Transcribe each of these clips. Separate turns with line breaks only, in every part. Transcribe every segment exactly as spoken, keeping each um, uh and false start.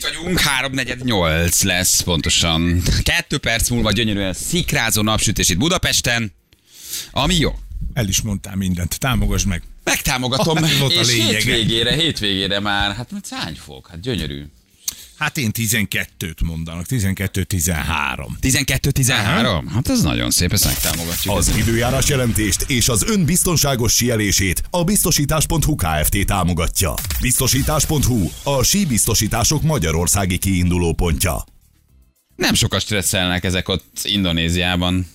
vagyunk, háromnegyed nyolc lesz pontosan. Kettő perc múlva gyönyörűen szikrázó napsütés itt Budapesten, ami jó.
El is mondtál mindent, támogasd meg.
Megtámogatom,
Ah,
és hétvégére, hétvégére már, hát hány fok, hát gyönyörű.
Hát én tizenkettőt mondanak, tizenkettő tizenhárom.
tizenkettő tizenhárom? Hát ez nagyon szép, ezt megtámogatjuk.
Az időjárás jelentést és az ön biztonságos síelését a biztosítás pont hu Kft. Támogatja. biztosítás pont hu, a síbiztosítások magyarországi kiinduló pontja.
Nem sokat stresszelnek ezek ott Indonéziában.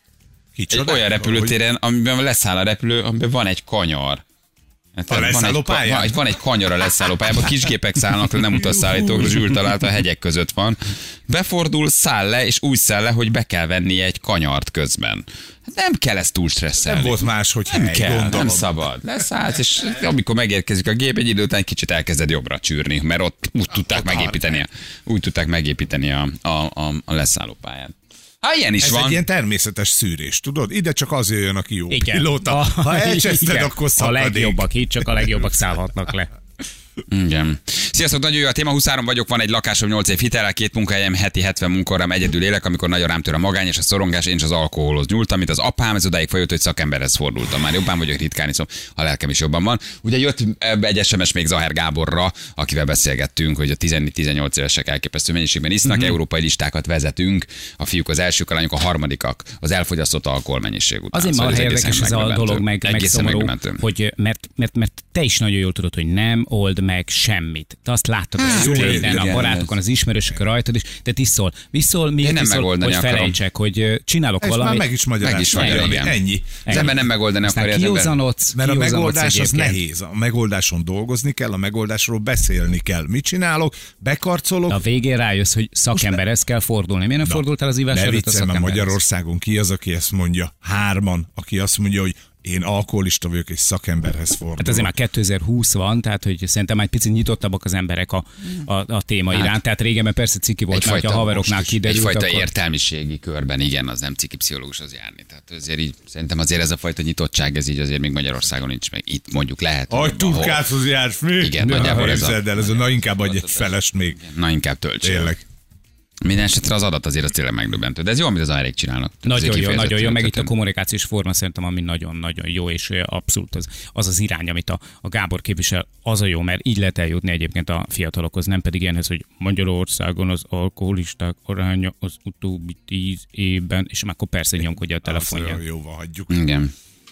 Egy olyan repülőtéren, amiben leszáll a repülő, amiben van egy kanyar. Hát
a leszállópályán?
Van, van egy kanyar a leszállópályában, kisgépek szállnak le, nem utasszállítók, Zsül találta, a hegyek között van. Befordul, száll le, és úgy száll le, hogy be kell vennie egy kanyart közben. Hát nem kell ezt túl stresszelni.
Nem volt más, hogy
nem
hely,
kell,
gondolom.
nem szabad. Leszállsz, és amikor megérkezik a gép, egy idő után kicsit elkezded jobbra csűrni, mert ott úgy tudták
ott
megépíteni, a, úgy tudták megépíteni a, a, a, a leszállópályát. Hát ilyen is
Ez
van.
egy ilyen természetes szűrés, tudod? Ide csak az jöjjön, aki jó
Igen.
pilóta. Ha elcseszted, akkor
A
szakadék.
legjobbak itt, csak a legjobbak szállhatnak le.
Igen. Sziasztok, nagyon jó a téma, huszonhárom vagyok, van egy lakásom, nyolc év hitellel, két munkahelyem, heti hetven munkaórám, egyedül élek, amikor nagyon rám tör a magány és a szorongás, én is az alkoholhoz nyúltam, mint az apám, ez odáig folyott, hogy szakemberhez fordultam. Már jobban vagyok, ritkán iszom, a lelkem is jobban van. Ugye jött egy es em es még Zahár Gáborra, akivel beszélgettünk, hogy a tizennégy-tizennyolc évesek elképesztő mennyiségben isznak, uh-huh. európai listákat vezetünk, a fiúk az elsők, a lányok a harmadikak, az elfogyasztott alkoholmennyiség után.
Azért
Szóval
már
ez
érdekes ez a dolog, meg, meg szomorú, hogy mert, mert, mert te is nagyon jól tudod, hogy nem old meg semmit. Te azt láttad az üléden, a barátokon, az ismerősök rajtad is, de tiszol. Viszol, még
nem
tiszol, hogy felejtsek, hogy csinálok
Ezt
valamit.
már meg is
Meg is
magyaráztam.
vagy, igen.
Ennyi.
Az ember nem megoldani akarja. Az ember.
Kiózanodsz,
Mert a megoldás az
egyébként.
nehéz. A megoldáson dolgozni kell, a megoldásról beszélni kell. Mit csinálok? Bekarcolok.
A végén rájössz, hogy szakemberhez kell fordulni. Miért nem fordultál az ívás
Ne
előtt a
viccem, mert
szakemberhez?
Magyarországon ki az, aki ezt mondja? Hárman, aki azt mondja, hogy én alkoholista vagyok, és szakemberhez fordulok.
Hát azért már kétezer-húsz van, tehát hogy szerintem már egy picit nyitottabbak az emberek a, a, a téma
Hát,
iránt. Tehát régen mert persze ciki volt, mert ha a haveroknál kiderült,
egyfajta
akkor...
értelmiségi körben, igen, az nem ciki pszichológushoz járni. Tehát azért így, szerintem azért ez a fajta nyitottság, ez így azért még Magyarországon nincs meg. Itt mondjuk lehet.
Hogy turkáthoz jársz mi?
Igen, nagyjából ez a-
Képzeld el, ez a na inkább adj egy felest még.
Na inkább töltsél.
Tényleg.
Minden esetre az adat azért az tényleg megdöbbentő. De ez jó, amit az amerik csinálnak. Tehát
Nagyon
azért
jó, nagyon jó, meg itt a
kifejezetten-
kommunikációs forma szerintem, ami nagyon-nagyon jó, és abszolút az az, az irány, amit a, a Gábor képvisel, az a jó, mert így lehet eljutni egyébként a fiatalokhoz, nem pedig ilyenhez, hogy Magyarországon az alkoholisták aránya az utóbbi tíz évben, és már akkor persze nyomkodja a telefonja.
Azt jóval hagyjuk.
Igen.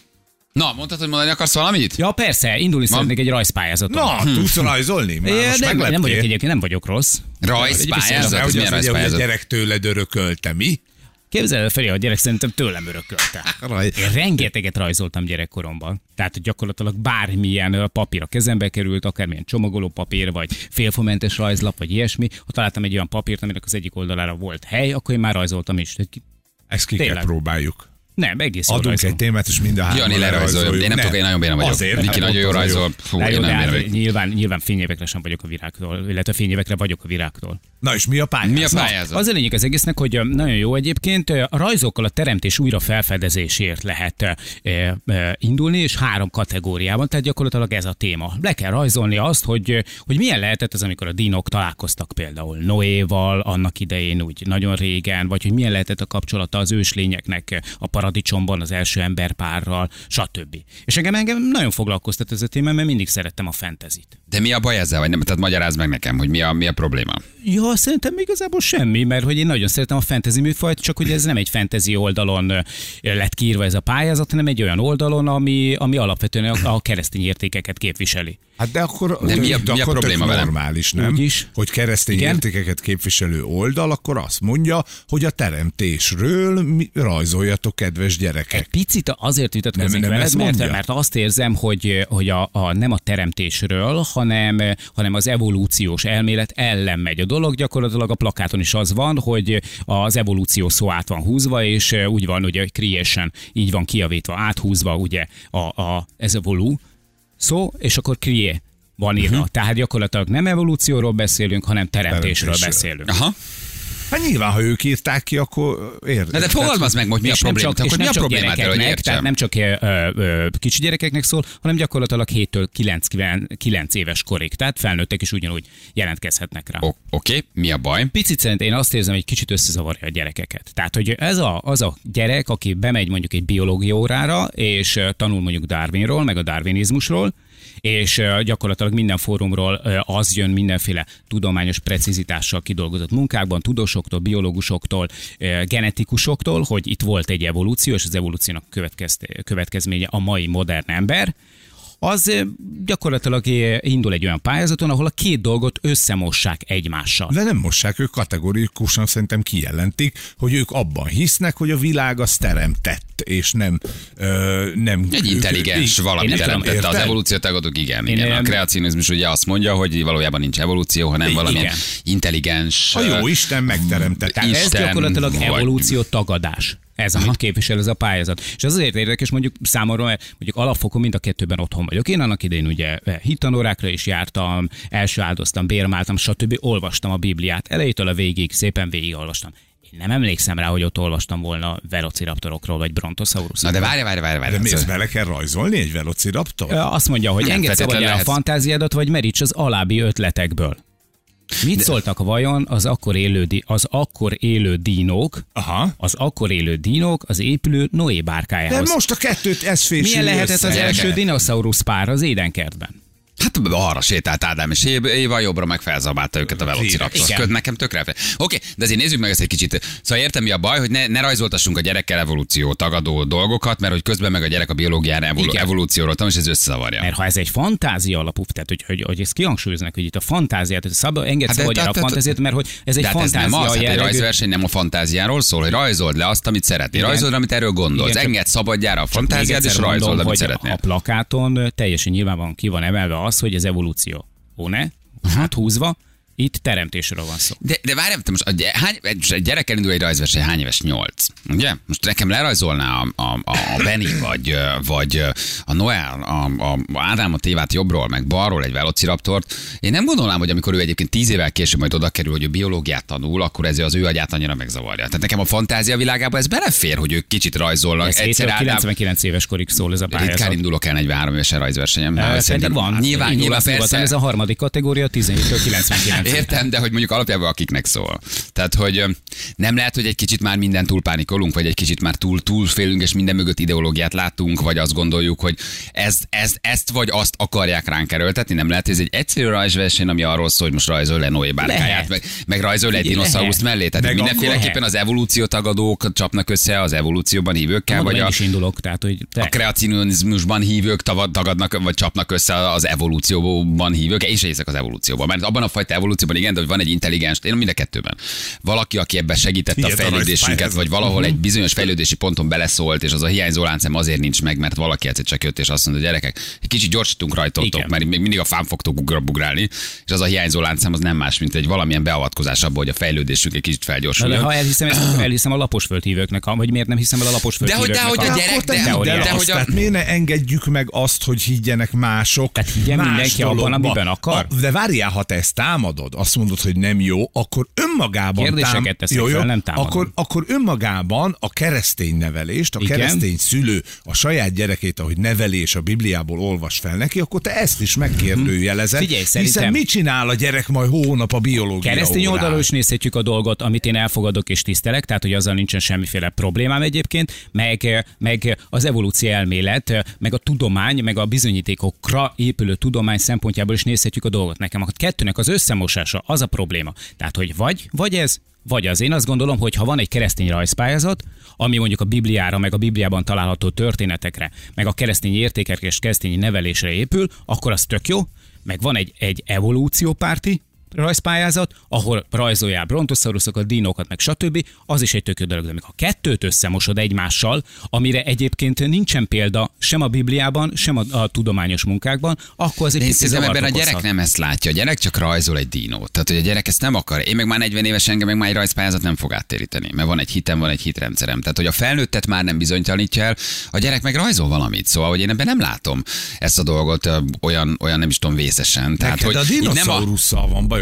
Na, mondtad, hogy mondani akarsz valamit?
Ja, persze, indulni szeretnék egy rajzpályázaton.
Na, tudsz rajzolni? Már
É,
most
nem, nem vagyok
megleptél.
egyébként, nem vagyok rossz.
Rajzpályázat?
Mert
Ez
hogy
milyen
az ugye, hogy a
rajzpályázat?
gyerek tőled örökölte, mi?
Képzeld el, Feri, a gyerek szerintem tőlem örökölte.
Raj.
Én rengeteget rajzoltam gyerekkoromban. Tehát gyakorlatilag bármilyen papír a kezembe került, akármilyen csomagoló papír, vagy félfomentes rajzlap, vagy ilyesmi. Ha találtam egy olyan papírt, aminek az egyik oldalára volt hely, akkor én már rajzoltam is.
Ezt ki kell
Tényleg.
próbáljuk.
Nem, egész jól
Adunk
rajzolom.
egy témát, és mind a hárman
Jani lerajzolja.
lerajzoljuk.
Én nem tudok, én nagyon béna vagyok.
Azért,
Niki
hát
nagyon jó
ott az a jó.
rajzol. Fú,
De
én
jó, de
nem béna
hát
vagyok.
nyilván, nyilván fényévekre sem vagyok a virágtól, illetve fényévekre vagyok a virágtól.
Na és mi a pályázat?
Mi a
Na,
pályázat?
az a lényeg az egésznek, hogy ö, nagyon jó egyébként, ö, a rajzokkal a teremtés újra felfedezésért lehet ö, ö, indulni, és három kategóriában, tehát gyakorlatilag ez a téma. Le kell rajzolni azt, hogy, ö, hogy milyen lehetett az, amikor a dinok találkoztak például Noéval annak idején, úgy nagyon régen, vagy hogy milyen lehetett a kapcsolata az őslényeknek a paradicsomban az első emberpárral, stb. És engem, engem nagyon foglalkoztat ez a téma, mert mindig szerettem a fentezit.
De mi a baj ezzel? Vagy nem? Tehát magyarázd meg nekem, hogy mi a, mi a probléma.
Ja, szerintem igazából semmi, mert hogy én nagyon szeretem a fantasy műfajt, csak hogy ez nem egy fantasy oldalon ö, lett kiírva ez a pályázat, hanem egy olyan oldalon, ami, ami alapvetően a, a keresztény értékeket képviseli.
Hát de akkor,
De mi a-
de
mi a
akkor
probléma
tök
velem?
normális, nem?
Úgyis.
Hogy keresztény
Igen.
értékeket képviselő oldal, akkor azt mondja, hogy a teremtésről mi- rajzoljatok, kedves gyerekek.
Egy picit azért vitatkozik
Nem- nem
veled,
ezt
mert,
mondja?
mert azt érzem, hogy, hogy a, a, nem a teremtésről, hanem, hanem az evolúciós elmélet ellen megy a dolog. Gyakorlatilag a plakáton is az van, hogy az evolúció szó át van húzva, és úgy van, ugye, hogy creation így van kijavítva, áthúzva, ugye, a, a, ez evolú szó, és akkor create van írva. Uh-huh. Tehát gyakorlatilag nem evolúcióról beszélünk, hanem teremtésről
Teremtésről.
beszélünk.
Aha.
Hát nyilván, ha ők írták ki, akkor érdekel.
Na de fogalmazd meg, hogy mi a problémát, akkor mi a problémát, hogy értsem?
Nem csak ö, ö, kicsi gyerekeknek szól, hanem gyakorlatilag héttől kilenc éves korig. Tehát felnőttek is ugyanúgy jelentkezhetnek rá.
Oké, okay. Mi a baj?
Picit szerint én azt érzem, hogy kicsit összezavarja a gyerekeket. Tehát, hogy ez a, az a gyerek, aki bemegy mondjuk egy biológia órára, és tanul mondjuk Darwinról, meg a darwinizmusról, és gyakorlatilag minden fórumról az jön mindenféle tudományos precizitással kidolgozott munkákban, tudósoktól, biológusoktól, genetikusoktól, hogy itt volt egy evolúció, és az evolúciónak következménye a mai modern ember, az gyakorlatilag indul egy olyan pályázaton, ahol a két dolgot összemossák egymással.
De nem mossák, ők kategorikusan szerintem kijelentik, hogy ők abban hisznek, hogy a világ az teremtett, és nem... Ö, nem
egy intelligens
ők,
valami teremtette tudom, az evolúciótagadók, igen. igen. A kreacionizmus ugye azt mondja, hogy valójában nincs evolúció, hanem igen. valamilyen intelligens...
A jó Isten megteremtette.
Ez gyakorlatilag evolúció tagadás. Ez, amit képvisel ez a pályázat. És az azért érdekes, mondjuk számomra, mert mondjuk alapfokon mind a kettőben otthon vagyok. Én annak idején ugye hittanórákra is jártam, első áldoztam, bérmáltam, stb. Olvastam a Bibliát. Elejétől a végig, szépen végig olvastam. Én nem emlékszem rá, hogy ott olvastam volna velociraptorokról, vagy brontosaurusról.
Na de várj, várj, várj, várj.
De mész bele kell rajzolni egy velociraptor?
Azt mondja, hogy engedd szabadjára a fantáziádat, vagy meríts az alábbi ötletekből. Mit de... szóltak vajon az akkor élő, az akkor élő dínók,
Aha.
az akkor élő dínók az épülő Noé bárkájához?
De most a kettőt ez fésül.
Milyen lehetett
össze.
az első dinoszaurusz pár az édenkertben?
Hát arra sétált Ádám és Éva, jobbra meg felzabálta őket a velociraptor. Köd nekem tökre. Oké, okay, de azért nézzük meg ezt egy kicsit. Szóval értem, mi a baj, hogy ne, ne rajzoltassunk a gyerekkel evolúció tagadó dolgokat, mert hogy közben meg a gyerek a biológián evol- evolúcióról tanul, és ez összezavarja.
Mert ha ez egy fantázia alapú, tehát hogy, hogy, hogy ezt kihangsúlyoznak, hogy itt a fantáziát, hogy szab, engedd hát szabadjára a fantáziát, mert hogy ez egy fantázia
ez nem az,
jellegű...
hát egy rajzverseny nem a fantáziáról szól, hogy rajzold le azt, amit szeretnél. Rajzold, amit erről gondolsz. Engedd szabadjára a fantáziát, és rajzold, amit szeretnél.
A plakáton teljesen nyilvánvalóan ki van emelve az, hogy az evolúció Ó, ne? Hát húzva. Itt teremtésről van szó.
De, de várjál, most a, gy- hány, egy gyerek elindul egy rajzverseny, hány éves? Nyolc. Ugye? Most nekem lerajzolná a, a, a Benny, vagy, vagy a Noel, a, a Ádám a Tévát jobbról, meg balról egy velociraptort. Én nem gondolnám, hogy amikor ő egyébként tíz évvel később majd oda kerül, hogy ő biológiát tanul, akkor ez az ő agyát annyira megzavarja. Tehát nekem a fantázia világában ez belefér, hogy ők kicsit rajzolnak.
Ez egyszer Ádám... kilencvenkilenc éves korig szól ez a pályázat.
Ritkán indulok el negyvenhárom évesen rajzversenyem.
E, szerintem van.
Nyilván, nyilván persze.
Ez a harmadik kategória, tizenhéttől kilencvenkilenc.
Értem, de hogy mondjuk alapjában akiknek szól. Tehát, hogy nem lehet, hogy egy kicsit már minden túl pánikolunk, vagy egy kicsit már túl túl félünk, és minden mögött ideológiát látunk, vagy azt gondoljuk, hogy ez, ez, ezt vagy azt akarják ránk erőltetni. Nem lehet, ez egy egyszerű rajzverseny, ami arról szól, hogy most rajzol le Noé bárkáját, meg, meg rajzol egy dinoszauruszt mellé. Tehát meg mindenféleképpen az evolúciótagadók csapnak össze az evolúcióban hívőkkel,
Mondom,
vagy a,
is indulok, tehát, hogy
a kreacionizmusban hívők tagadnak, vagy csapnak össze az evolúcióban hívők, és hiszek az evolúcióban. Mert abban a fajta evolúcióban igen, de hogy van egy intelligens, én mind a kettőben. Valaki, aki ebben segítette Hihet a fejlődésünket, vagy valahol egy bizonyos fejlődési ponton beleszólt, és az a hiányzó láncem azért nincs meg, mert valaki egyszer csak jött, és azt mondta, gyerekek, egy kicsit gyorsítunk rajtatok, mert még mindig a fán fogtok ugrálni, és az a hiányzó láncem az nem más, mint egy valamilyen beavatkozás abba, hogy a fejlődésünk egy kicsit felgyorsuljon.
De ha elhiszem, ezt elhiszem a laposföldhívőknek, hogy miért nem hiszem el a laposföldhívőknek.
De hogy, de hogy a gyerek, de, de, de, de hogy a...
miért ne engedjük meg azt, hogy higgyenek mások.
Tehát higgyen mindenki abban, amiben akar.
De várjál, ha te ezt támadod, azt mondod, hogy nem jó, akkor önmagában
kérdéseket teszek jó, jó, fel, nem támadom.
Akkor, akkor önmagában a keresztény nevelést, a
Igen?
keresztény szülő a saját gyerekét, ahogy neveli és a Bibliából olvas fel neki, akkor te ezt is megkérdőjelezed.
Figyelj, szerintem...
Hiszen mit csinál a gyerek majd hónap a biológia
keresztény
órán?
oldalról is nézhetjük a dolgot, amit én elfogadok és tisztelek, tehát hogy azzal nincsen semmiféle problémám egyébként, meg, meg az evolúció elmélet, meg a tudomány, meg a bizonyítékokra épülő tudomány szempontjából is nézhetjük a dolgot. Nekem a kettőnek az összemosása az a probléma. Tehát, hogy vagy, vagy ez, vagy az. Én azt gondolom, hogy ha van egy keresztény rajzpályázat, ami mondjuk a Bibliára, meg a Bibliában található történetekre, meg a keresztény értékekre és keresztény nevelésre épül, akkor az tök jó. Meg van egy, egy evolúciópárti rajzpályázat, ahol rajzolják brontoszauruszokat, dinókat, meg stb. Az is egy tök jó dolog, de még ha kettőt összemosod egymással, amire egyébként nincsen példa sem a Bibliában, sem a, a tudományos munkákban, akkor az egy picit zavart
ebben a
okozhat.
gyerek nem ezt látja, a gyerek csak rajzol egy dinót. Tehát, hogy a gyerek ezt nem akar. Én meg már negyven éves, engem meg már egy rajzpályázat nem fog áttéríteni, mert van egy hitem, van egy hitrendszerem. Tehát, hogy a felnőttet már nem bizonytalanítja el, a gyerek meg rajzol valamit. Szóval, hogy én ebben nem látom ezt a dolgot olyan, olyan nem is tudom vészesen. Tehát,
Neked
hogy
a dinoszaurussszal van baj.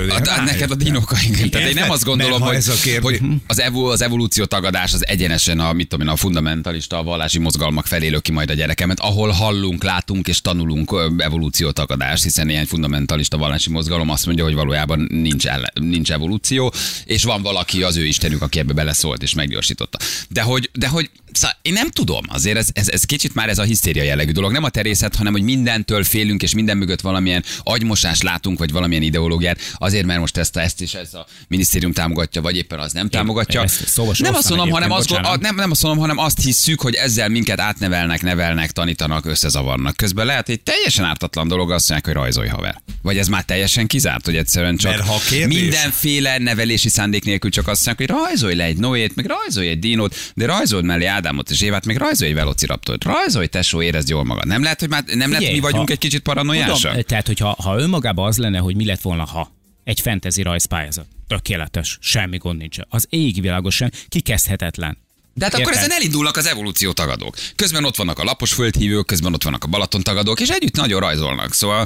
rájönni.
A, neked a dinókaink. Tehát én nem azt gondolom, hogy, hogy az, evo, az evolúció tagadás az egyenesen a, mit tudom én, a fundamentalista, a vallási mozgalmak felé lök ki majd a gyerekemet, ahol hallunk, látunk és tanulunk evolúció tagadást, hiszen ilyen fundamentalista vallási mozgalom azt mondja, hogy valójában nincs, el, nincs evolúció, és van valaki, az ő istenük, aki ebbe beleszólt és meggyorsította. De hogy, de hogy szóval én nem tudom, azért ez, ez, ez kicsit már ez a hisztéria jellegű dolog. Nem a terészet, hanem hogy mindentől félünk, és minden mögött valamilyen agymosást látunk, vagy valamilyen ideológiát, azért, mert most ezt, ezt és ez a minisztérium támogatja, vagy éppen az nem támogatja. Nem azt mondom, hanem azt, nem, nem azt mondom, hanem azt hisszük, hogy ezzel minket átnevelnek, nevelnek, tanítanak, összezavarnak. Közben lehet, hogy teljesen ártatlan dolog azt mondják, hogy rajzolj haver. Vagy ez már teljesen kizárt, hogy egyszerűen csak mindenféle nevelési szándék nélkül csak azt mondják, hogy rajzolj le egy Noét, meg rajzolj egy Dinót, de rajzold mellé Ádámot és Évát, meg rajzolj egy Velociraptort. Rajzolj, tesó, érezd jól magad. Nem lehet, hogy már nem Figyelj, lehet, mi vagyunk ha, egy kicsit paranoiásak?
Tehát, hogyha ha önmagában az lenne, hogy mi lett volna, ha egy fantasy rajzpályázat. Tökéletes, semmi gond nincs. Az égvilágosan kikezdhetetlen.
De hát akkor ezen elindulnak az evolúció tagadók. Közben ott vannak a lapos földhívők, közben ott vannak a Balaton tagadók, és együtt nagyon rajzolnak. Szóval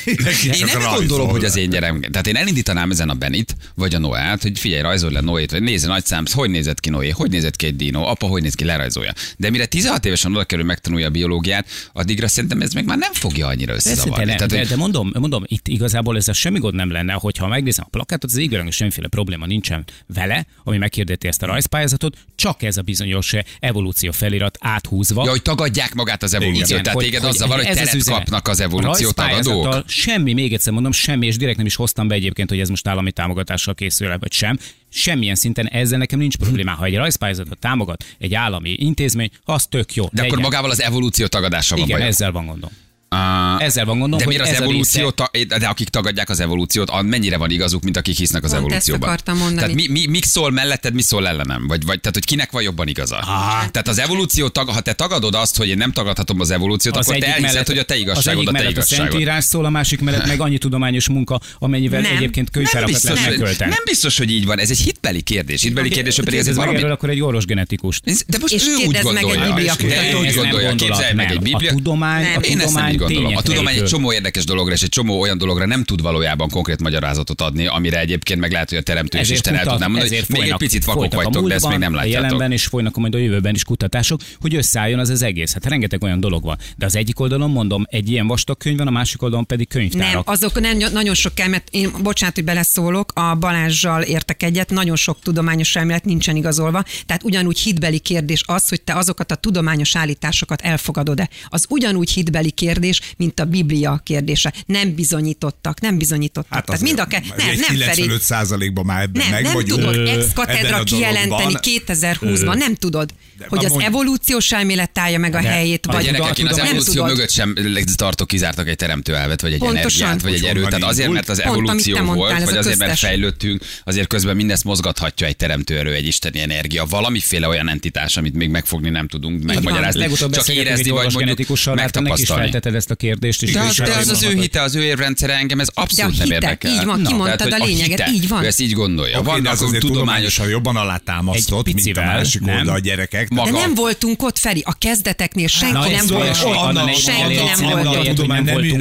én nem gondolom, hogy az én gyerem. Tehát én elindítanám ezen a Benit, vagy a Noát, hogy figyelj, rajzolj le Noét, vagy nézze nagy szám, hogy nézett ki Noé, hogy nézett ki egy Dino, apa, hogy néz ki, lerajzolja. De mire tizenhat évesen oda kerül, megtanulja a biológiát, addigra szerintem ez meg már nem fogja annyira összezavarni.
De,
Tehát,
de,
hogy...
de mondom, mondom, itt igazából ez a semmi gond nem lenne, hogyha megnézem a plakátot, az égvilágon semmiféle probléma nincsen vele, ami meghirdeti ezt a rajzpályázatot, csak ez a bizonyos evolúció felirat áthúzva.
Ja, hogy tagadják magát az evolúciót. Igen, tehát téged azzal van, hogy teret az kapnak az evolúció tagadók.
Semmi, még egyszer mondom, semmi, és direkt nem is hoztam be egyébként, hogy ez most állami támogatással készül, vagy sem. Semmilyen szinten ezzel nekem nincs probléma. Ha egy rajzpályázatot támogat egy állami intézmény, az tök jó.
De legyen. Akkor magával az evolúció tagadással van
Igen,
bajom.
ezzel van gondom.
Uh,
Ezzel van gondom,
de
hogy
miért az
ez
evolúció,
a része...
ta, de akik tagadják az evolúciót, mennyire van igazuk, mint akik hisznek az
Pont
evolúcióban?
Ezt akartam mondani.
Tehát mi, mi, mi szól melletted, mi szól ellenem? Vagy, vagy tehát, hogy kinek van jobban igaza? Ah. Tehát az evolúció, tag, ha te tagadod azt, hogy én nem tagadhatom az evolúciót, az akkor te elhiszed, mellett, hogy a te igazságod,
az
a te
igazságod.
A
Szentírás szól, a másik mellett meg annyi tudományos munka, amennyivel nem, egyébként könyvtárakat lehet költeni.
Nem biztos, hogy így van. Ez egy hitbeli kérdés. Hitbeli kérdés, hogy ez
valami. Erről akkor egy orvos genetikust.
De most ő úgy gondolja. Úgy gondolja. Képzelj meg egy Biblia.
A tudomány, a tudomány tények.
Egy csomó érdekes dologra és egy csomó olyan dologra nem tud valójában konkrét magyarázatot adni, amire egyébként meg lehet, hogy a teremtő és Isten el tudná mondani, hogy még egy picit vakok vagytok, de ezt még nem látjátok.
Jelenben és folynak majd a jövőben is kutatások, hogy összeálljon az az egész. Hát rengeteg olyan dolog van. De az egyik oldalon mondom, egy ilyen vastag könyv van, a másik oldalon pedig könyvtárak.
Nem, azok nem, nagyon sok kell, mert én, bocsánat, hogy beleszólok, a Balázssal értek egyet, nagyon sok tudományos elmélet nincsen igazolva. Tehát ugyanúgy hitbeli kérdés az, hogy te azokat a tudományos állításokat elfogadod-e. Az ugyanúgy hitbeli kérdés, mint a Biblia kérdése. Nem bizonyítottak, nem bizonyítottak.
Hát
Tehát mind a ke- nem, nem
kilencvenöt százalékban már ebben
nem,
meg
nem
vagyunk.
tudod ex-katedra kijelenteni kétezer-húszban, nem tudod, hogy az evolúciós elmélet állja meg a helyét, vagy
gyerekek, én az evolúció mögött sem tartok kizártak egy teremtőelvet, vagy egy energiát, vagy egy erőt. Tehát azért, mert az evolúció volt, vagy azért, mert fejlődtünk, azért közben mindezt mozgathatja egy teremtőerő, egy isteni energia, valamiféle olyan entitás, amit még megfogni nem tudunk megmagyarázni. Csak érezni, vagy mondjuk megtapasztalni.
Ezt a kérdést is.
De az, de az az ő hite, az ő érrendszere engem ez abszolút nem érdekel.
Így van, kimondtad a lényeget, így van.
Ő ezt így gondolja.
Okay, van akkor tudományosan jobban alátámasztott, mint a másik oldal a gyerekek.
De nem voltunk ott, Feri, a kezdeteknél senki nem volt ott. Senki nem volt ott.
A tudomány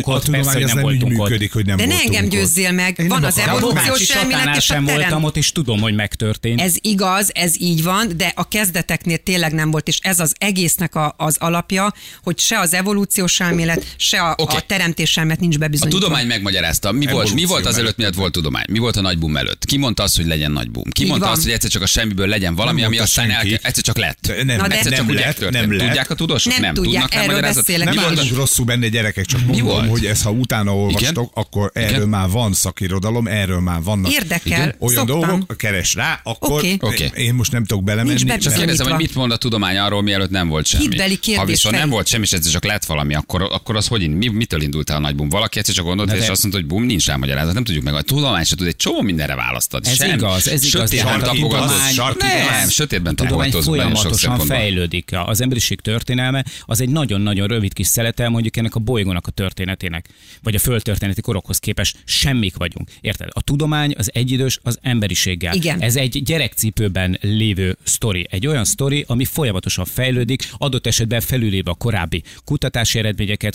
nem voltunk ott.
De ne engem győzzél meg, van az evolúciós elmélet és a
voltam ott, és tudom, hogy megtörtént.
Ez igaz, ez így van, de a kezdeteknél tényleg nem volt, és ez az egésznek az alapja, hogy se az evolúciós elmélet, se a, okay. a teremtés elmélet nincs bebizonyítva.
A tudomány megmagyarázta. Mi volt, mi volt az előtt, miatt volt tudomány? Mi volt a nagy boom előtt? Ki mondta azt, hogy legyen nagy boom? Ki így mondta van. Azt, hogy egyszer csak a semmiből legyen valami, nem ami aztán el, egyszer csak lett?
Nem,
Na de egyszer
nem
csak
lett, nem lett.
Tudják a tudósok?
Nem,
nem
tudják,
tudnak,
erről beszélek.
Nem állunk rosszul benne, gyerekek, csak mondom, hogy ez, ha utána olvastok, akkor erről már van szakirodalom, erről már vannak
érdekel,
olyan dolgok, keres rá, akkor én most nem tudok belemenni.
Csak kérdezem, hogy mit mond a tudomány arról, mielőtt nem volt semmi.
Hitbeli kérdés.
Ha viszont nem volt semmi, és ez csak lett valami, akkor, akkor az hogy mi, mitől indult el a nagy boom? Valaki egyszer csak gondolta, és azt mondta, hogy boom, nincs rá magyarázat, nem tudjuk meg. A tudomány se tud egy csomó mindenre választani.
Ez
sem.
igaz, ez igaz.
Sötétben tapogatózz. Nem, sötétben tapogatózz benne sok
folyamatosan
szempontból.
fejlődik. Az emberiség történelme az egy nagyon-nagyon rövid kis szelete, mondjuk ennek a bolygónak a történetének, vagy a földtörténeti korokhoz képest semmik vagyunk. Érted? A tudomány az egyidős az emberiséggel.
Igen.
Ez egy gyerekcipőben lévő sztori. Egy olyan sztori, ami folyamatosan fejlődik, adott esetben felülébe a korábbi kutatási eredményeket,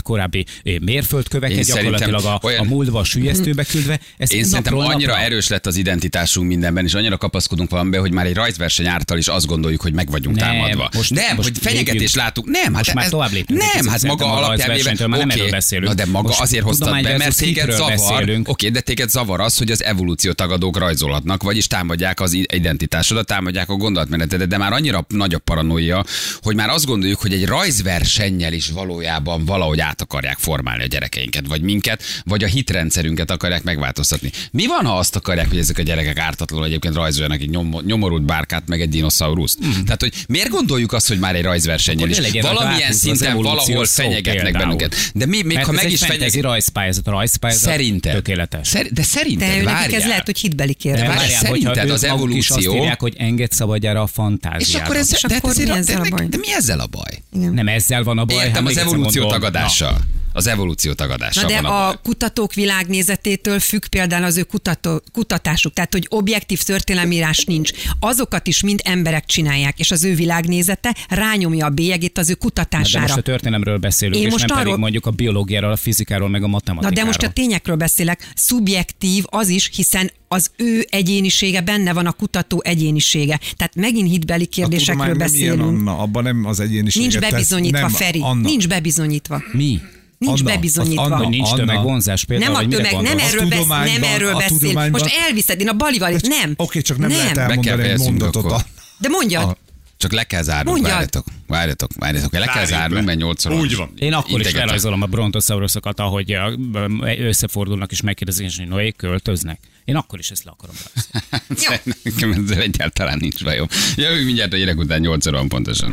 korábbi mérföldköveket
Én
gyakorlatilag a,
olyan...
a múltba a sülyeztőbe küldve. Ez
Én szerintem
napról
annyira
napra...
erős lett az identitásunk mindenben, és annyira kapaszkodunk valamibe, hogy már egy rajzverseny által is azt gondoljuk, hogy meg vagyunk
nem,
támadva.
Most,
nem,
most
hogy fenyegetést látunk. Nem,
most
hát
már
ez,
tovább léptünk.
Nem, hát maga alapján véve,
már nem
oké,
erről beszélünk.
na de maga
Most
azért hoztad
tudomány
be, mert
versus
téged
hitről
zavar.
beszélünk.
Oké, de téged zavar az, hogy az evolúciótagadók rajzolhatnak, vagyis támadják az identitásodat, támadják a gondolatmenetedet, de már annyira nagy a paranoia, hogy már azt gondoljuk, hogy egy rajzversennyel is valójában valahogy át akarják formálni a gyerekeinket, vagy minket, vagy a hitrendszerünket akarják megváltoztatni. Mi van, ha azt akarják, hogy ezek a gyerekek ártatlanul egyébként rajzoljanak egy nyom, nyomorult bárkát, meg egy dinoszauruszt? Mm. Tehát, hogy miért gondoljuk azt, hogy már egy rajzversennyel is valamilyen szinten valahol fenyegetnek bennünket. De mi, még
mert
ha
ez
meg
egy
is fenyeget...
rajzpályázat, a rajzpályázat
Szerintem.
tökéletes.
Szer- de szerinted,
De nekik
várjál.
ez lehet, hogy hitbeli kérdés.
De várjál, szerinted az evolúció...
Is azt írják, hogy enged szabadjára a fantáziát.
És akkor ez,
És
de,
akkor
ezért,
mi ezzel a
de,
baj?
de mi ezzel a baj?
Igen.
Nem ezzel van a baj.
Értem,
hát
az
még egyszer
evolúció
mondom,
tagadással. Az evolúció tagadással
Na de
van a baj.
a kutatók világnézetétől függ például az ő kutató, kutatásuk, tehát hogy objektív történelemírás nincs. Azokat is mind emberek csinálják, és az ő világnézete rányomja a bélyegét az ő
Na, de
kutatására.
most a történelemről beszélünk,
Én
és
most
nem
arról...
pedig mondjuk a biológiáról, a fizikáról, meg a
Na
matematikáról.
de most a tényekről beszélek. Szubjektív az is, hiszen az ő egyénisége benne van a kutató egyénisége. Tehát megint hitbeli kérdésekről beszélünk.
Ilyen, Anna, abban nem az egyéniséget
Nincs
tesz,
bebizonyítva,
nem,
Feri.
Anna.
Nincs bebizonyítva.
Mi?
Nincs
Anna,
bebizonyítva.
az Anna,
Hogy nincs
Anna.
tömegvonzás például,
Nem a
vagy mire
tömeg, nem
gondolsz?
erről, besz, nem
tudományban-
erről
a
beszél.
tudományban-
Most elviszed, én a Balival, nem.
Oké, csak nem,
nem.
lehet
Be kell
elmondani egy
fejeznünk
mondatot.
akkor.
A...
De mondjad.
A-
Csak le kell zárnunk,
Mondjad.
várjatok, várjatok, várjatok, le kell
Zárjuk
zárnunk,
be.
mert nyolcszor
Úgy van.
Én akkor is
integetek.
lerajzolom a brontoszauruszokat, ahogy ö, ö, összefordulnak és megkérdezik, hogy Noé, költöznek. Én akkor is ezt le akarom rajzolni.
Nekem ezzel egyáltalán nincs bajom. Jövünk mindjárt a hírek után nyolc óra van pontosan.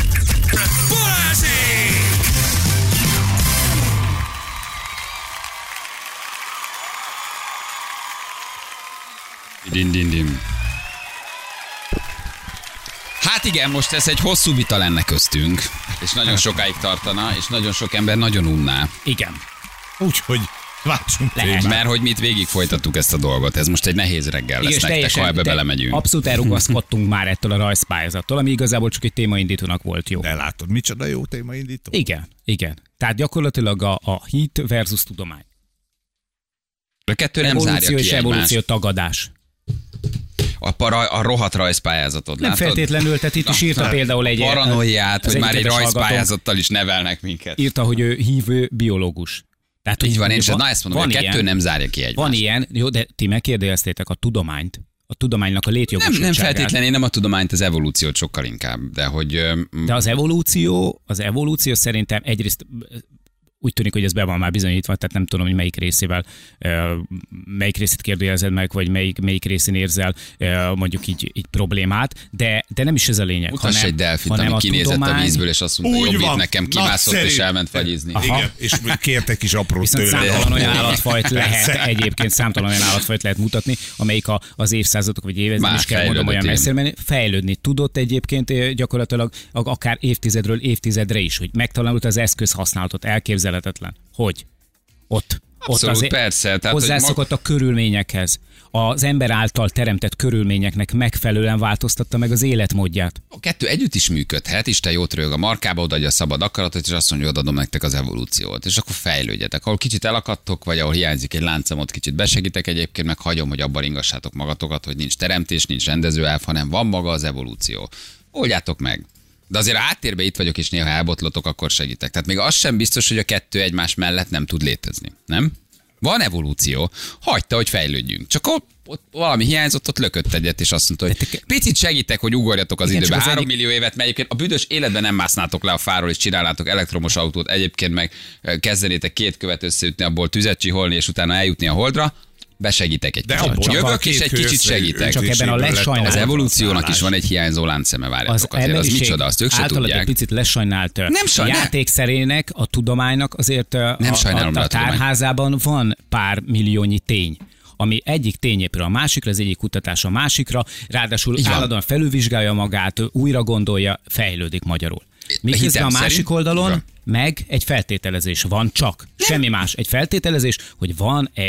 Din, din, din. Hát igen, most ez egy hosszú vita lenne köztünk, és nagyon sokáig tartana, és nagyon sok ember nagyon unná.
Igen.
Úgyhogy váltsunk
Lehet.
témát.
Mert hogy mit végig folytattuk ezt a dolgot, ez most egy nehéz reggel lesz
Igen, és
nektek,
teljesen-
ha ebbe
te-
belemegyünk.
Abszolút elrugaszkodtunk már ettől a rajzpályázattól, ami igazából csak egy témaindítónak volt jó.
De látod, micsoda jó téma indító?
Igen, igen. Tehát gyakorlatilag a, a hit versus tudomány.
A kettő nem zárja
Evolúció
ki
és
egymást.
evolúció tagadás.
A, para, a rohadt rajzpályázatot,
Nem
látod?
feltétlenül, tehát itt is írta például egy...
Paranoiát,
az
hogy már egy
egyetemes hallgató
rajzpályázattal is nevelnek minket.
Írta, hogy ő hívő biológus. Tehát,
Így
hogy-
van, én
hogy
sem, na ezt mondom, hogy a kettő
ilyen,
nem zárja ki egymást.
Van ilyen, jó, de ti megkérdeztétek a tudományt, a tudománynak a
Nem,
létjogosultságát.
nem feltétlenül, én nem a tudományt, az evolúciót sokkal inkább, de hogy... öm,
De az evolúció, az evolúció szerintem egyrészt úgy tűnik, hogy ez be van már bizonyítva, tehát nem tudom, hogy melyik részével, ö, melyik részét kérdőjelezed meg, vagy melyik, melyik részén érzel ö, mondjuk így, így problémát, de, de nem is ez a lényeg.
Mutass
hanem,
egy delfint,
hanem
ami
a
kinézett
tudomány,
a vízből, és azt mondta,
Úgy
jobb itt
van,
nekem, kimászott és
nagyszerű.
elment fagyizni.
Aha.
Igen, és kértek is apró
Viszont
tőle.
számtalan olyan állatfajt lehet egyébként, számtalan olyan állatfajt lehet mutatni, amelyik a, az évszázadok vagy évezred, nem
Már
is kell mondom olyan
fejlődött,
messzire menni, fejlődni tudott egyébként eh, gyakorlatilag ak- akár évtizedről évtizedre is, hogy megtanult az eszközhasználatot, elképzelhetetlen. Hogy? Ott.
Abszolút,
azért
persze, tehát, hogy
hozzászokott a körülményekhez. Az ember által teremtett körülményeknek megfelelően változtatta meg az életmódját.
A kettő együtt is működhet, Isten jót rög a markába, odaadja a szabad akaratot, és azt mondja, hogy odadom nektek az evolúciót. És akkor fejlődjetek. Ahol kicsit elakadtok, vagy ahol hiányzik egy láncemot, kicsit besegítek egyébként, meg hagyom, hogy abban ingassátok magatokat, hogy nincs teremtés, nincs rendező elf, hanem van maga az evolúció. Oldjátok meg. De azért ha áttérbe itt vagyok, és néha elbotlotok, akkor segítek. Tehát még az sem biztos, hogy a kettő egymás mellett nem tud létezni. Nem? Van evolúció, hagyta, hogy fejlődjünk. Csak ott, ott valami hiányzott, ott lökött egyet, és azt mondta, hogy picit segítek, hogy ugorjatok az
Igen,
időbe.
csak az
Három
egyik-
millió évet, mert egyébként a büdös életben nem másznátok le a fáról, és csinálnátok elektromos autót, egyébként meg eh, kezdenétek két követ összeütni, abból tüzet csiholni, és utána eljutni a holdra. Besegítek egy
De
kicsit.
abból
Jövök,
a
és
két
egy
kő
kicsit
össze-
segítek.
Csak ebben a
lett
lesajnálás-
Az evolúciónak is
használás.
van egy hiányzó láncszeme,
Az
várjátok azért. Az
emberiség
micsoda, azt ők se
általad egy
tudják.
picit lesajnált
Nem sajnál-
játékszerének, a tudománynak azért a,
Nem
a,
sajnálom
a,
le
a
a tudományt.
tárházában van pár milliónyi tény, ami egyik tényépről a másikra, az egyik kutatás a másikra, ráadásul
Így van.
állandóan felülvizsgálja magát, újra gondolja, fejlődik magyarul. Miközben
Hitem
a másik
szerint-
oldalon
Igen.
meg egy feltételezés van csak. Semmi más. Egy feltételezés, hogy van egy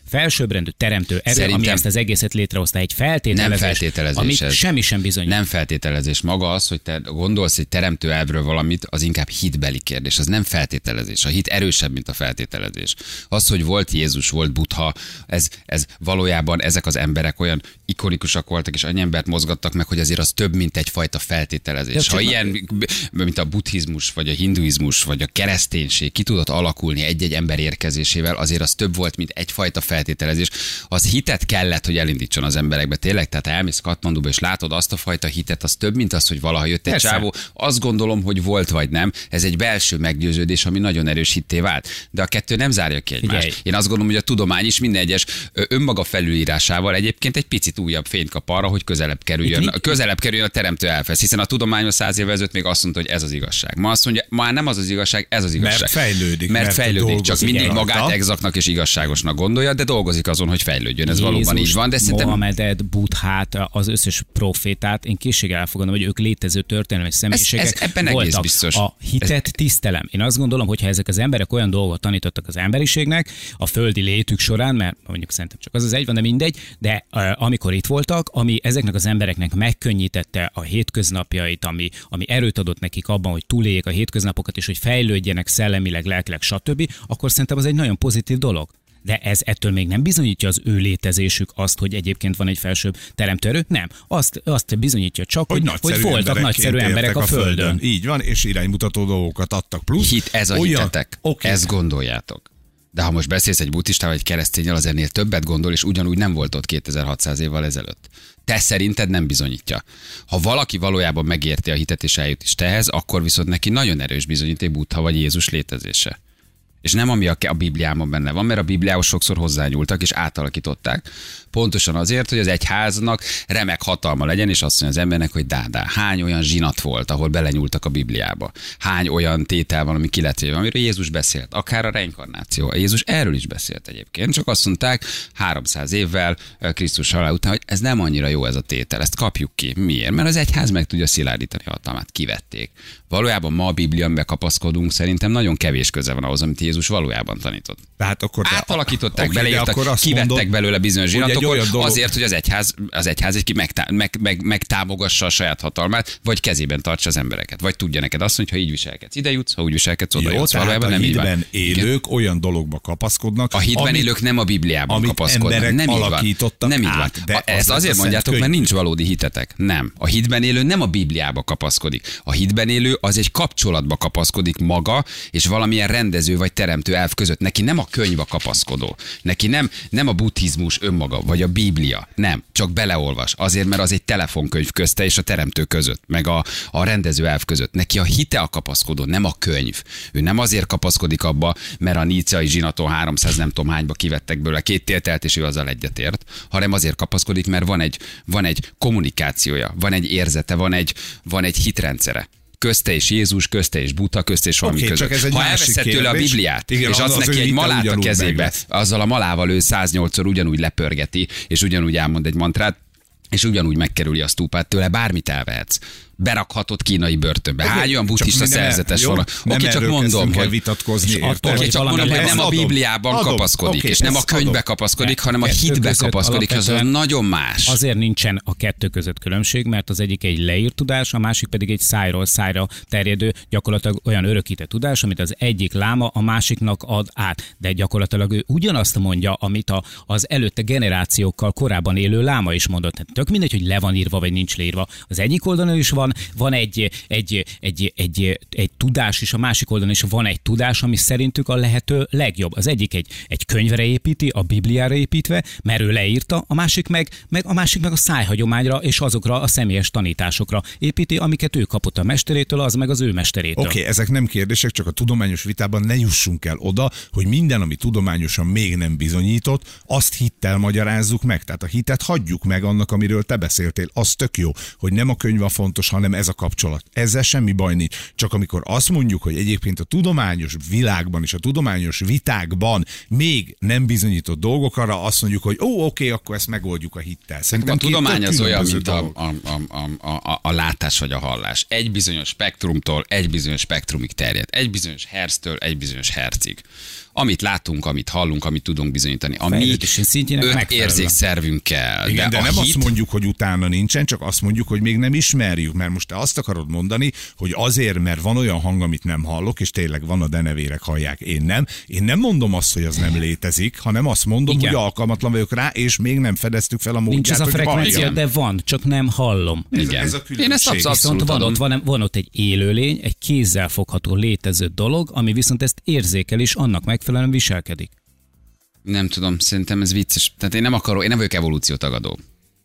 felsőbbrendű teremtő erő,
Szerintem
ami ezt az egészet létrehozta, egy feltételezés,
nem feltételezés
amit
ez.
semmi sem bizonyít.
Nem feltételezés. Maga az, hogy te gondolsz egy teremtő elvről valamit, az inkább hitbeli kérdés. Az nem feltételezés. A hit erősebb, mint a feltételezés. Az, hogy volt Jézus, volt Buddha, ez, ez valójában ezek az emberek olyan ikonikusak voltak, és annyi embert mozgattak meg, hogy azért az több, mint egyfajta feltételezés. Ha ilyen, mint a buddhizmus, vagy a hinduizmus, vagy a kereszténység ki tudott alakulni egy-egy ember érkezésével, azért az több volt, mint egyfajta feltételezés. Az hitet kellett, hogy elindítson az emberekbe. Tényleg, tehát elmész Katmanduba, és látod azt a fajta hitet, az több, mint az, hogy valaha jött egy
Persze.
csávó. Azt gondolom, hogy volt vagy nem. Ez egy belső meggyőződés, ami nagyon erős hitté vált. De a kettő nem zárja ki egymást.
Figyelj.
Én azt gondolom, hogy a tudomány is minden egyes ö, önmaga felülírásával egyébként egy picit újabb fényt kap arra, hogy közelebb kerüljön,
Itt mi-
közelebb kerüljön a teremtő elfesz. Hiszen a tudomány száz évvel ezelőtt még azt mondta, hogy ez az igazság. Ma azt mondja, már nem az az igazság, ez az igazság.
Mert fejlődik,
Mert,
mert
fejlődik, csak
dolgozik
mindig
rajta.
magát exaktnak és igazságosnak gondolja, de dolgozik azon, hogy fejlődjön. Ez valóban így van, de szerintem
Mohamedet, Buddhát, az összes profétát, én készséggel elfogadom, hogy ők létező történelmi személyiségek
ez ebben egész
voltak.
biztos.
A hitet tisztelem. Én azt gondolom, hogy ha ezek az emberek olyan dolgot tanítottak az emberiségnek a földi létük során, mert mondjuk szerintem csak az az egy van, de mindegy, de uh, amikor itt voltak, ami ezeknek az embereknek megkönnyítette a hétköznapjait, ami, ami erőt adott nekik abban, hogy túléljék a hétköznapokat, és hogy fejlődjenek szellemileg, lelkileg, stb., akkor szerintem az egy nagyon pozitív dolog. De ez ettől még nem bizonyítja az ő létezésük azt, hogy egyébként van egy felsőbb teremtőerő. Nem. Azt, azt bizonyítja csak, hogy, hogy, hogy voltak
emberekként
nagyszerű emberek
éltek
a Földön.
Így van, és iránymutató dolgokat adtak. Plusz
hit, ez a
olyan,
hitetek.
Okay.
Ezt gondoljátok. De ha most beszélsz egy buddhistával, egy keresztényel, az ennél többet gondol, és ugyanúgy nem volt ott kétezer-hatszáz évvel ezelőtt. Te szerinted nem bizonyítja. Ha valaki valójában megérti a hitet és eljut is tehez, akkor viszont neki nagyon erős bizonyíték Buddha vagy Jézus létezése. És nem ami a, a Bibliában benne van, mert a Bibliához sokszor hozzányúltak és átalakították. Pontosan azért, hogy az egyháznak remek hatalma legyen, és azt mondja az embernek, hogy dá-dá, hány olyan zsinat volt, ahol belenyúltak a Bibliába. Hány olyan tétel van, ami kiletvéve, amiről Jézus beszélt. Akár a reinkarnáció. Jézus erről is beszélt egyébként, csak azt mondták háromszáz évvel Krisztus halál után, hogy ez nem annyira jó ez a tétel, ezt kapjuk ki. Miért? Mert az egyház meg tudja szilárdítani a hatalmát, kivették. Valójában ma a Biblián bekapaszkodunk, szerintem nagyon kevés köze van ahhoz, amit Jézus valójában tanított.
Tehát akkor te,
átalakították,
okay,
beleírtak, kivettek
mondod,
belőle bizonyos zsinatokat,
dolog...
azért, hogy az egyház, az egyház egy ki megtá, meg, meg, megtámogassa a saját hatalmát, vagy kezében tartsa az embereket. Vagy tudja neked azt mondani, hogy ha így viselkedsz, ide jutsz, ha úgy viselkedsz, oda
Jó,
jutsz.
tehát
Valójában
a
nem így van.
hitben élők
Igen.
olyan dologba kapaszkodnak.
A hitben
amit,
élők nem a Bibliában
amit
kapaszkodnak.
emberek
Nem így van.
alakítottak
Nem így van.
át, de
A,
az
ezt
lett
azért
a
mondjátok,
Szent
mert
Könyv.
nincs valódi hitetek. Nem. A hitben élő nem a Bibliába kapaszkodik. A hitben élő az egy kapcsolatba kapaszkodik maga és valamilyen rendező vagy teremtő elv között. Neki nem a könyv a kapaszkodó. Neki nem, nem a buddhizmus önmaga, vagy a Biblia. Nem. Csak beleolvas. Azért, mert az egy telefonkönyv közte és a teremtő között, meg a, a rendező elv között. Neki a hite a kapaszkodó, nem a könyv. Ő nem azért kapaszkodik abba, mert a níciai zsinaton háromszáz nem tudom hányba kivettek belőle két tételt, és ő azzal egyetért, hanem azért kapaszkodik, mert van egy, van egy kommunikációja, van egy érzete, van egy, van egy hitrendszere. Közte és Jézus, közte és Buddha, közte és valami
Oké,
között.
csak ez egy
Ha
másik
elveszed tőle a
kérdés.
Bibliát,
Igen,
és
az-
adsz
az ő
neki egy
hite
malát a
ugyanúgy
kezébe,
meg lesz.
azzal a malával ő száznyolcszor ugyanúgy lepörgeti, és ugyanúgy elmond egy mantrát, és ugyanúgy megkerüli a stúpát tőle, bármit elvehetsz. Berakhatod kínai börtönbe.
Oké,
Hány olyan
csak
buddhista
mi nem-
szerzetes
jó,
van?
nem
Oké, csak
erről
mondom,
kezdünk el
hogy
vitatkozni.
És
érted?
attól,
Oké,
hogy
csak
valami
mondom, hogy
lesz.
nem a
Adom,
Bibliában
adom,
kapaszkodik,
oké,
és nem a
ezt
könyvbe
adom.
kapaszkodik, hanem a
Kettő
hitbe
között
kapaszkodik, az
alapvetően
nagyon más.
Azért nincsen a kettő között különbség, mert az egyik egy leírt tudás, a másik pedig egy szájról szájra terjedő, gyakorlatilag olyan örökített tudás, amit az egyik láma a másiknak ad át. De gyakorlatilag ő ugyanazt mondja, amit a, az előtte generációkkal korábban élő láma is mondott. Tehát tök mindegy, hogy le van írva, vagy nincs leírva. Az egyik oldalon is van, van egy, egy, egy, egy, egy tudás, és a másik oldalon is van egy tudás, ami szerintük a lehető legjobb. Az egyik egy, egy könyvre építi, a Bibliára építve, mert ő leírta, a másik meg, meg a másik meg a szájhagyományra és azokra a személyes tanításokra építi, amiket ő kapott a mesterétől, az meg az ő mesterétől.
Oké, okay, ezek nem kérdések, csak a tudományos vitában ne jussunk el oda, hogy minden, ami tudományosan még nem bizonyított, azt hittel magyarázzuk meg. Tehát a hitet hagyjuk meg annak, amiről te beszéltél. Az tök jó, hogy nem a könyv a fontos, hanem ez a kapcsolat. Ezzel semmi baj nincs. Csak amikor azt mondjuk, hogy egyébként a tudományos világban és a tudományos vitákban még nem bizonyított dolgok, arra azt mondjuk, hogy ó, oké, akkor ezt megoldjuk a hittel. Szerintem
A
két
tudomány
tök
az olyan,
különböző
mint a,
dolog.
a, a, a, a, a látás vagy a hallás. Egy bizonyos spektrumtól egy bizonyos spektrumig terjed. Egy bizonyos hertztől egy bizonyos hercig. amit látunk, amit hallunk, amit tudunk bizonyítani. A mi
Fejlődési szintjének
öt
megfelelően.
érzékszervünkkel.
Igen, de,
a
nem
hit,
azt mondjuk, hogy utána nincsen, csak azt mondjuk, hogy még nem ismerjük, mert most te azt akarod mondani, hogy azért, mert van olyan hang, amit nem hallok, és tényleg van a denevérek hallják, én nem. Én nem mondom azt, hogy az nem létezik, hanem azt mondom,
Igen.
hogy alkalmatlan vagyok rá, és még nem fedeztük fel a módját,
Nincs ez a
hogy
frekvencia,
halljon.
de van, csak nem hallom.
Igen.
Ez a
Én ezt
különbség.
abszolút
Viszont van
adom.
ott, van, van ott egy élőlény, egy kézzelfogható létező dolog, ami viszont ezt érzékel és annak megfelelően viselkedik.
Nem tudom, szerintem ez vicces. Tehát én nem akarok, én nem vagyok evolúciótagadó.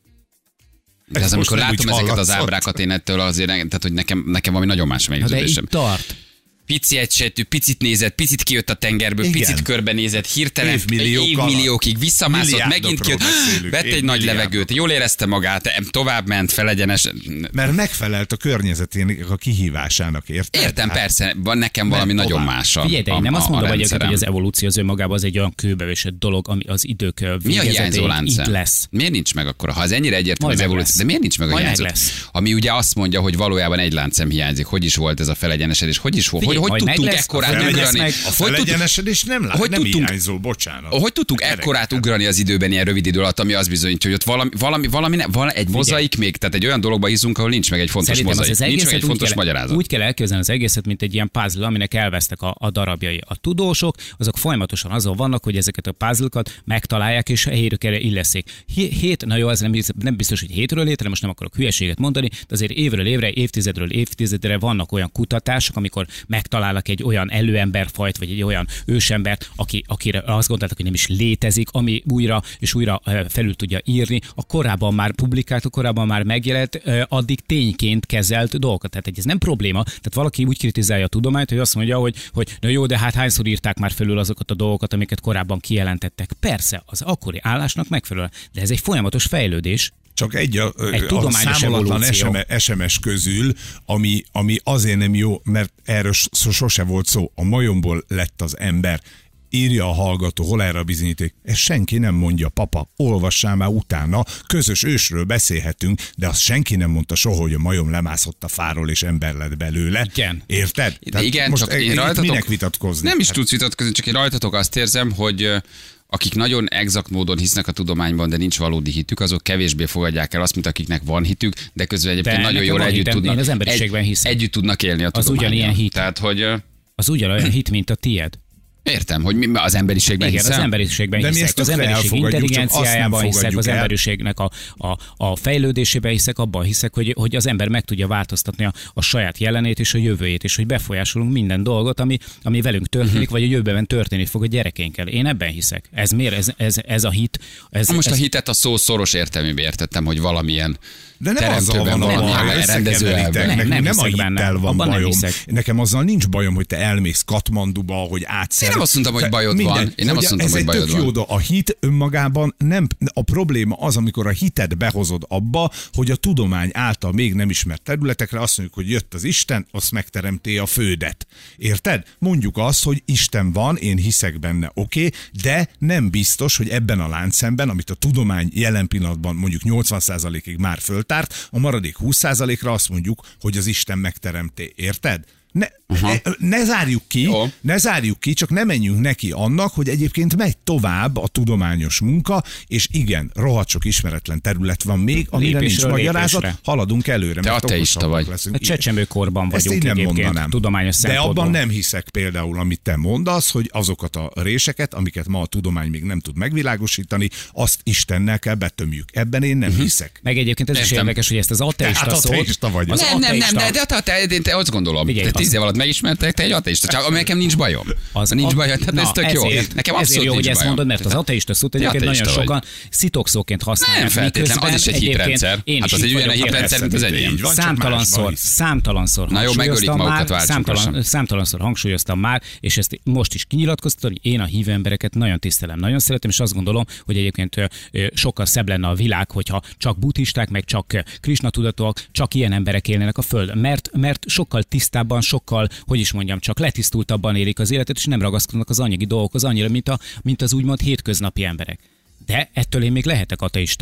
De
Ez
az,
most
amikor
nem
látom
úgy
ezeket az
hallatszott.
ábrákat, én ettől azért, tehát hogy nekem, nekem valami nagyon más a
Hát de
meggyőződésem.
itt tart.
Pici egysejtű, picit nézett, picit kijött a tengerből,
Igen.
picit körbenézett, hirtelen
Évmilliók
évmilliókig visszamászott,
Milliárdokról
megint kijött,
beszélünk,
vett egy nagy
évmilliárdok.
levegőt, jól érezte magát, em, tovább ment felegyenes.
Mert megfelelt a környezetének a kihívásának, érted?
Értem,
Hát,
persze, van nekem valami
Ment
nagyon
tovább.
más a,
Figyelj, de én
a,
nem azt
a, a
mondom egyébként,
rendszerem.
hogy az evolúció az önmagában az egy olyan kőbevésett dolog, ami az idők
Mi a
végezetéig
hiányzó láncem?
itt lesz.
Miért nincs meg akkor? Ha ez ennyire egyértelmű
Majd
az
meg
evolúció,
lesz.
de miért nincs meg a
Majd meg
hiányzó?
lesz.
Ami ugye azt mondja, hogy valójában egy láncem hiányzik. Hogy is volt ez a felegyenesedés? Hogy is volt? Hogy,
Figyelj,
hogy
majd meg
tudtunk
lesz,
ekkorát
meg lesz
ugrani?
meg.
A
Hogy tudtuk,
felegyenesedés nem lát,
hogy
nem
tudtunk-
hiányzó, bocsánat.
hogy tudtuk
Gyerekek,
ekkorát
hát-
ugrani az időben ilyen rövid idő alatt, ami azt bizonyítja, hogy ott valami, valami, valami, ne, valami egy mozaik még, tehát egy olyan dologba hiszunk, ahol nincs meg egy fontos
Szerintem az,
mozaik.
az
Nincs meg
egészet
egy
úgy
fontos
kell,
magyarázat.
úgy kell elképzelni az egészet, mint egy ilyen puzzle, aminek elvesztek a, a darabjai. A tudósok, azok folyamatosan azon vannak, hogy ezeket a puzzle-kat megtalálják és helyükre illeszik. Hét, na jó, ez nem biztos, nem biztos, hogy hétről létre, most nem akarok hülyeséget mondani, de azért évről évre, évtizedről évtizedre vannak olyan kutatások, amikor megtalálnak egy olyan előemberfajt, vagy egy olyan ősembert, aki, akire azt gondoltak, hogy nem is létezik, ami újra és újra eh, felül tudja írni a korábban már publikált, a korábban már megjelent, eh, addig tényként kezelt dolgokat. Tehát ez nem probléma. Tehát valaki úgy kritizálja a tudományt, hogy azt mondja, hogy, hogy na jó, de hát hányszor írták már felül azokat a dolgokat, amiket korábban kijelentettek. Persze, az akkori állásnak megfelelően, de ez egy folyamatos fejlődés.
Csak egy a,
Egy
a
tudományos
számolatlan
evolúció.
es em es közül, ami, ami azért nem jó, mert erről sose volt szó. A majomból lett az ember. Írja a hallgató, hol erre a bizonyíték. Ezt senki nem mondja, papa, olvassál már utána, közös ősről beszélhetünk, de azt senki nem mondta soha, hogy a majom lemászott a fáról és ember lett belőle.
Igen.
Érted?
De igen,
most
csak
e-
én
itt
rajtatok...
minek vitatkozni?
Nem is
Hát,
tudsz vitatkozni, csak én rajtatok azt érzem, hogy ö, akik nagyon exakt módon hisznek a tudományban, de nincs valódi hitük, azok kevésbé fogadják el azt, mint akiknek van hitük, de közben egyébként
De
nagyon
nekem
jól
van
együtt
hitem,
tudnak,
én az emberiségben
egy,
hiszem.
együtt tudnak élni a
Az
tudománnyal.
ugyanilyen hit.
Tehát, hogy ö,
Az ugyanolyan hit, mint a tied.
értem, hogy mi az emberiségben
Igen,
hiszem.
az emberiségben
De mi
hiszek,
ezt
az
tökre
emberiség
elfogadjuk, csak azt nem
intelligenciájában hiszek,
fogadjuk
az
el.
emberiségnek a, a, a fejlődésében hiszek, abban hiszek, hogy, hogy az ember meg tudja változtatni a, a saját jelenét és a jövőjét, és hogy befolyásolunk minden dolgot, ami, ami velünk történik,
Mhm.
vagy a jövőben történni fog a gyerekeinkkel. Én ebben hiszek. Ez miért? Ez, ez, ez a hit. Ez,
Most
ez,
a hitet a szó szoros értelmébe értettem, hogy valamilyen
De nem azzal
teremtőben
van a
valamilyen
baj,
rendező
összekeveritek.
elven.
Nem,
Nekünk
nem
nem a
hiszek benne.
hittel van
Abban nem
bajom.
hiszek.
Nekem azzal nincs bajom, hogy te elmész Katmanduba, hogy átszer.
Én nem azt mondtam, hogy bajod van. Én nem azt mondtam,
ez
hogy
egy
bajod
tök
van.
jó dolog. A hit önmagában nem, a probléma az, amikor a hitet behozod abba, hogy a tudomány által még nem ismert területekre azt mondjuk, hogy jött az Isten, azt megteremté a földet. Érted? Mondjuk azt, hogy Isten van, én hiszek benne, oké, okay, de nem biztos, hogy ebben a láncszemben, amit a tudomány jelen pillanatban mondjuk nyolcvan százalékig már föltárt, a maradék húsz százalékra azt mondjuk, hogy az Isten megteremté. Érted? Ne, ne, ne zárjuk ki,
Jó.
ne zárjuk ki, csak ne menjünk neki annak, hogy egyébként megy tovább a tudományos munka, és igen, rohadt sok ismeretlen terület van még, amire
Lépésről
nincs magyarázat,
lépésre.
haladunk előre.
Te
mert
ateista
okosabbak
vagy.
leszünk.
A csecsemőkorban
Ezt
vagyunk
én nem
egyébként
mondanám.
tudományos
De
szempontból.
abban nem hiszek például, amit te mondasz, hogy azokat a réseket, amiket ma a tudomány még nem tud megvilágosítani, azt Istennel kell betömjük. Ebben én nem hiszek.
Meg egyébként ez is
Értem.
érdekes, hogy ezt az ateista
Tehát
szót...
ateista vagy.
az
Nem, nem, nem,
ateista-
de, de te, te, te, te azt gondolom.
Figyelj,
te tíz
az-
év alatt megismertek, te egy ateista. Csak nekem nincs bajom.
Az
nincs
a-
bajom, tehát
Na,
ez tök jó.
ezért,
Nekem
ezért
abszolút
jó, hogy
nincs
ezt
bajom.
mondod, mert az ateista szót egyébként nagyon
ateista vagy.
sokan szitokszóként használják.
Nem feltétlenül, az
miközben
is egy
egyébként
hitrendszer.
Én
Hát
is
az
így
egy ugyan
vagyok,
egy hitrendszer, mint az
érted?
enyém.
Így van, csak
Számtalanszor,
másban hisz.
számtalanszor
Na jó, megölik
hangsúlyoztam
magukat,
már,
váltsunk
számtalan,
lassan.
számtalanszor hangsúlyoztam már, és ezt most is kinyilatkoztatom, hogy én a hívő embereket nagyon tisztelem, nagyon szeretem, és azt gondolom, hogy egyébként ö, ö, sokkal szebb lenne a világ, hogyha csak buddhisták, meg csak ö, Krisna tudatúak, csak ilyen emberek élnének a Földön. Mert, mert sokkal tisztábban, sokkal, hogy is mondjam, csak letisztultabban élik az életet, és nem ragaszkodnak az anyagi dolgokhoz annyira, mint, a, mint az úgymond hétköznapi emberek. De ettől én még lehetek ateista.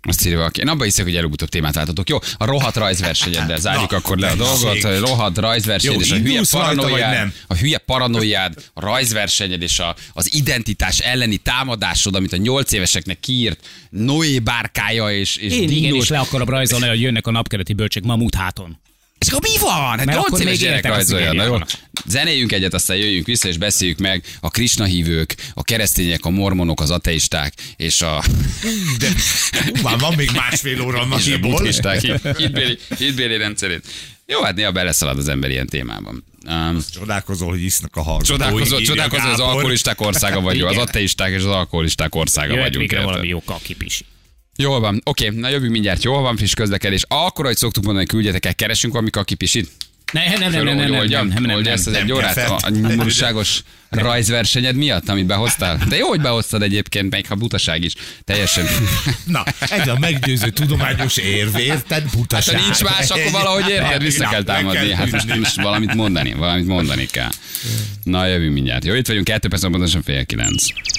Azt írja valaki. Én abban hiszek, hogy előbb-utóbb témát váltatok. Jó, a rohadt rajzversenyeddel zárjuk
Na,
akkor le a
na,
dolgot.
na,
A rohadt rajzversenyed
Jó,
és a hülye
indulsz rajta, vagy
paranoiád,
nem?
a hülye paranoiád, a rajzversenyed és a, az identitás elleni támadásod, amit a nyolc éveseknek kiírt Noé bárkája és, és
Én igen,
dinós.
is le akarom rajzolni, hogy jönnek a napkeleti bölcsek mamut háton.
És akkor mi van? Hát
Mert
nyolc
akkor
éves
még
gyerek
értek a
rajzolja. Na jó,
szigényen.
zenéljünk egyet, aztán jöjjünk vissza, és beszéljük meg a Krisna hívők, a keresztények, a mormonok, az ateisták, és a,
De hú, már van még másfél óra a
és a
napiból.
buddhisták hit- hitbéli, hitbéli rendszerét. Jó, hát néha beleszalad az ember ilyen témában. Um,
Csodálkozol, hogy isznak a hallgatói.
csodálkozol,
írja
csodálkozol, hogy az
Gábor.
alkoholisták országa vagyunk, az
Igen.
ateisták és az alkoholisták országa
Jöhet
vagyunk.
végre
érted?
valami jókkal kipisi.
Jól van, oké, na jövünk mindjárt, jól van, friss közlekedés. Akkor, ahogy szoktuk mondani, küldjetek el, keresünk valamikor kipisit.
Ne, nem, nem, nem, nem, nem,
Oldja,
nem, nem, nem,
oldja
nem.
ezt az
nem
egy
kell
órát
fent.
a, a nyomorúságos rajzversenyed miatt, amit behoztál. De jó, hogy behoztad egyébként, meg ha butaság is. Teljesen.
Na, ez a meggyőző tudományos érv, érted?
Hát
Butaság.
ha nincs más, akkor valahogy érted, vissza
Na,
kell
meg
támadni. Hát most,
küzdeni.
most valamit mondani, valamit mondani kell. Na, jövünk mindjárt. Jó, itt vagyunk, kettő perc, pontosan fél kilenc.